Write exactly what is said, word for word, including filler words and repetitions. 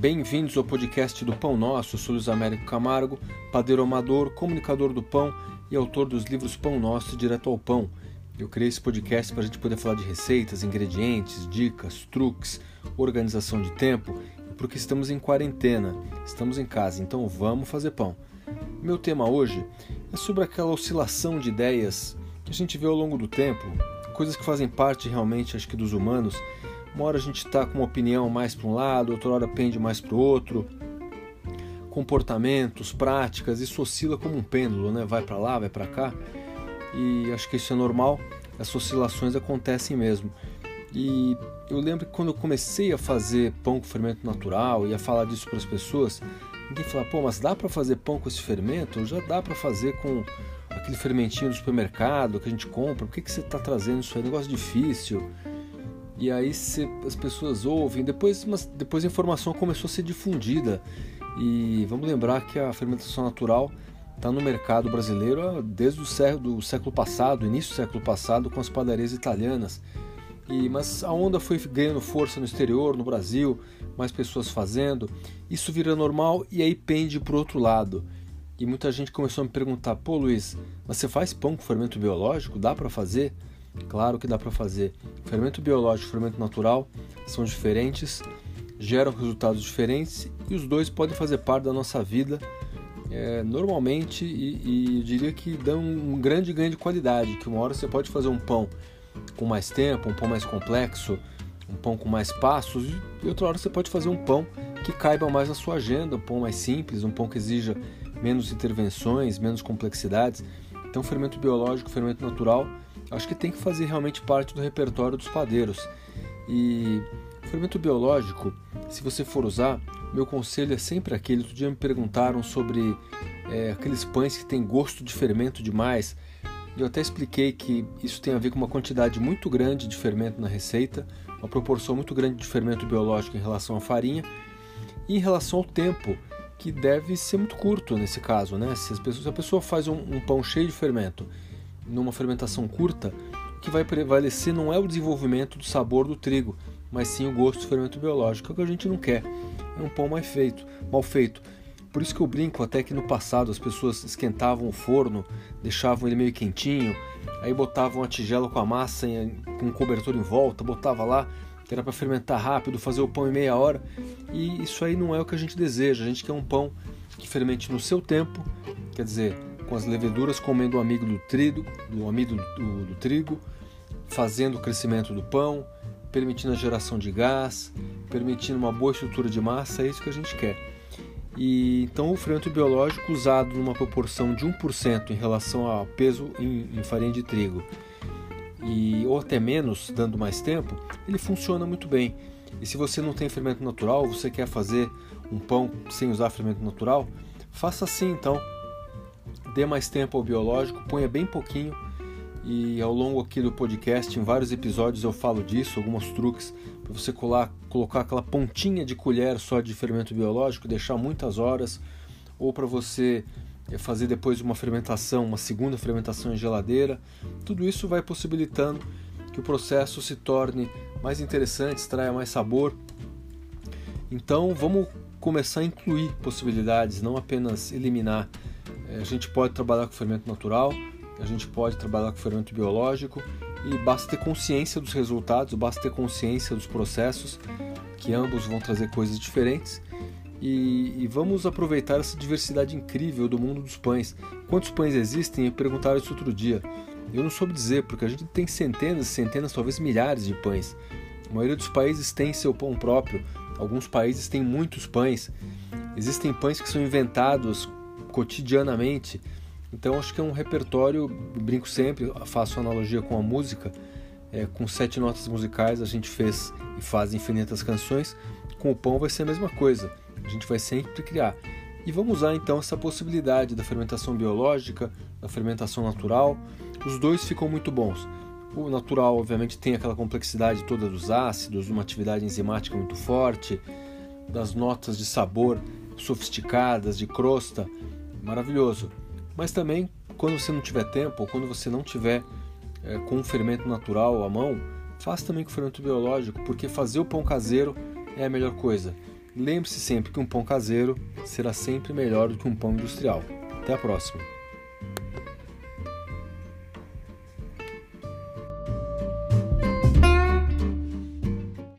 Bem-vindos ao podcast do Pão Nosso. Eu sou Luiz Américo Camargo, padeiro amador, comunicador do pão e autor dos livros Pão Nosso e Direto ao Pão. Eu criei esse podcast para a gente poder falar de receitas, ingredientes, dicas, truques, organização de tempo, porque estamos em quarentena, estamos em casa, então vamos fazer pão. Meu tema hoje é sobre aquela oscilação de ideias que a gente vê ao longo do tempo, coisas que fazem parte realmente, acho que, dos humanos. Uma hora a gente está com uma opinião mais para um lado, outra hora pende mais para o outro. Comportamentos, práticas, isso oscila como um pêndulo, né? Vai para lá, vai para cá. E acho que isso é normal, essas oscilações acontecem mesmo. E eu lembro que quando eu comecei a fazer pão com fermento natural e a falar disso para as pessoas, ninguém falava, pô, mas dá para fazer pão com esse fermento? Já dá para fazer com aquele fermentinho do supermercado que a gente compra, por que, que você está trazendo isso aí? Negócio difícil. E aí se, as pessoas ouvem, depois, mas depois a informação começou a ser difundida. E vamos lembrar que a fermentação natural está no mercado brasileiro desde o século, do século passado, início do século passado, com as padarias italianas. E, mas a onda foi ganhando força no exterior, no Brasil, mais pessoas fazendo. Isso vira normal e aí pende para o outro lado. E muita gente começou a me perguntar, pô Luiz, mas você faz pão com fermento biológico? Dá para fazer? Claro que dá para fazer. Fermento biológico e fermento natural são diferentes, geram resultados diferentes e os dois podem fazer parte da nossa vida é, normalmente e, e eu diria que dão um grande ganho de qualidade, que uma hora você pode fazer um pão com mais tempo, um pão mais complexo, um pão com mais passos e outra hora você pode fazer um pão que caiba mais na sua agenda, um pão mais simples, um pão que exija menos intervenções, menos complexidades. Então fermento biológico, fermento natural, acho que tem que fazer realmente parte do repertório dos padeiros. E fermento biológico, se você for usar, meu conselho é sempre aquele. Outro dia me perguntaram sobre é, aqueles pães que têm gosto de fermento demais. Eu até expliquei que isso tem a ver com uma quantidade muito grande de fermento na receita, uma proporção muito grande de fermento biológico em relação à farinha e em relação ao tempo, que deve ser muito curto nesse caso, né? Se, as pessoas, se a pessoa faz um, um pão cheio de fermento numa fermentação curta, o que vai prevalecer não é o desenvolvimento do sabor do trigo, mas sim o gosto do fermento biológico, que é o que a gente não quer. É um pão mal feito, mal feito. Por isso que eu brinco até que no passado as pessoas esquentavam o forno, deixavam ele meio quentinho, aí botavam a tigela com a massa em, com um cobertor em volta, botava lá, que era para fermentar rápido, fazer o pão em meia hora, e isso aí não é o que a gente deseja. A gente quer um pão que fermente no seu tempo, quer dizer, com as leveduras comendo o amido do trigo, do amido do, do trigo, fazendo o crescimento do pão, permitindo a geração de gás, permitindo uma boa estrutura de massa, é isso que a gente quer. E então o fermento biológico usado numa proporção de um por cento em relação ao peso em, em farinha de trigo, e, ou até menos, dando mais tempo, ele funciona muito bem. E se você não tem fermento natural, você quer fazer um pão sem usar fermento natural, faça assim então. Dê mais tempo ao biológico, ponha bem pouquinho e ao longo aqui do podcast, em vários episódios eu falo disso, alguns truques para você colar, colocar aquela pontinha de colher só de fermento biológico, deixar muitas horas, ou para você fazer depois uma fermentação, uma segunda fermentação em geladeira. Tudo isso vai possibilitando que o processo se torne mais interessante, extraia mais sabor. Então vamos começar a incluir possibilidades, não apenas eliminar. A gente pode trabalhar com fermento natural, a gente pode trabalhar com fermento biológico e basta ter consciência dos resultados, basta ter consciência dos processos, que ambos vão trazer coisas diferentes e, e vamos aproveitar essa diversidade incrível do mundo dos pães. Quantos pães existem? Eu perguntaram isso outro dia. Eu não soube dizer, porque a gente tem centenas e centenas, talvez milhares de pães. A maioria dos países tem seu pão próprio, alguns países têm muitos pães. Existem pães que são inventados cotidianamente, então acho que é um repertório, brinco sempre, faço analogia com a música, é, com sete notas musicais a gente fez e faz infinitas canções, com o pão vai ser a mesma coisa, a gente vai sempre criar. E vamos usar então essa possibilidade da fermentação biológica, da fermentação natural, os dois ficam muito bons. O natural obviamente tem aquela complexidade toda dos ácidos, uma atividade enzimática muito forte, das notas de sabor sofisticadas, de crosta, maravilhoso. Mas também, quando você não tiver tempo, ou quando você não tiver é, com um fermento natural à mão, faça também com fermento biológico, porque fazer o pão caseiro é a melhor coisa. lembre-se sempre que um pão caseiro será sempre melhor do que um pão industrial. Até a próxima!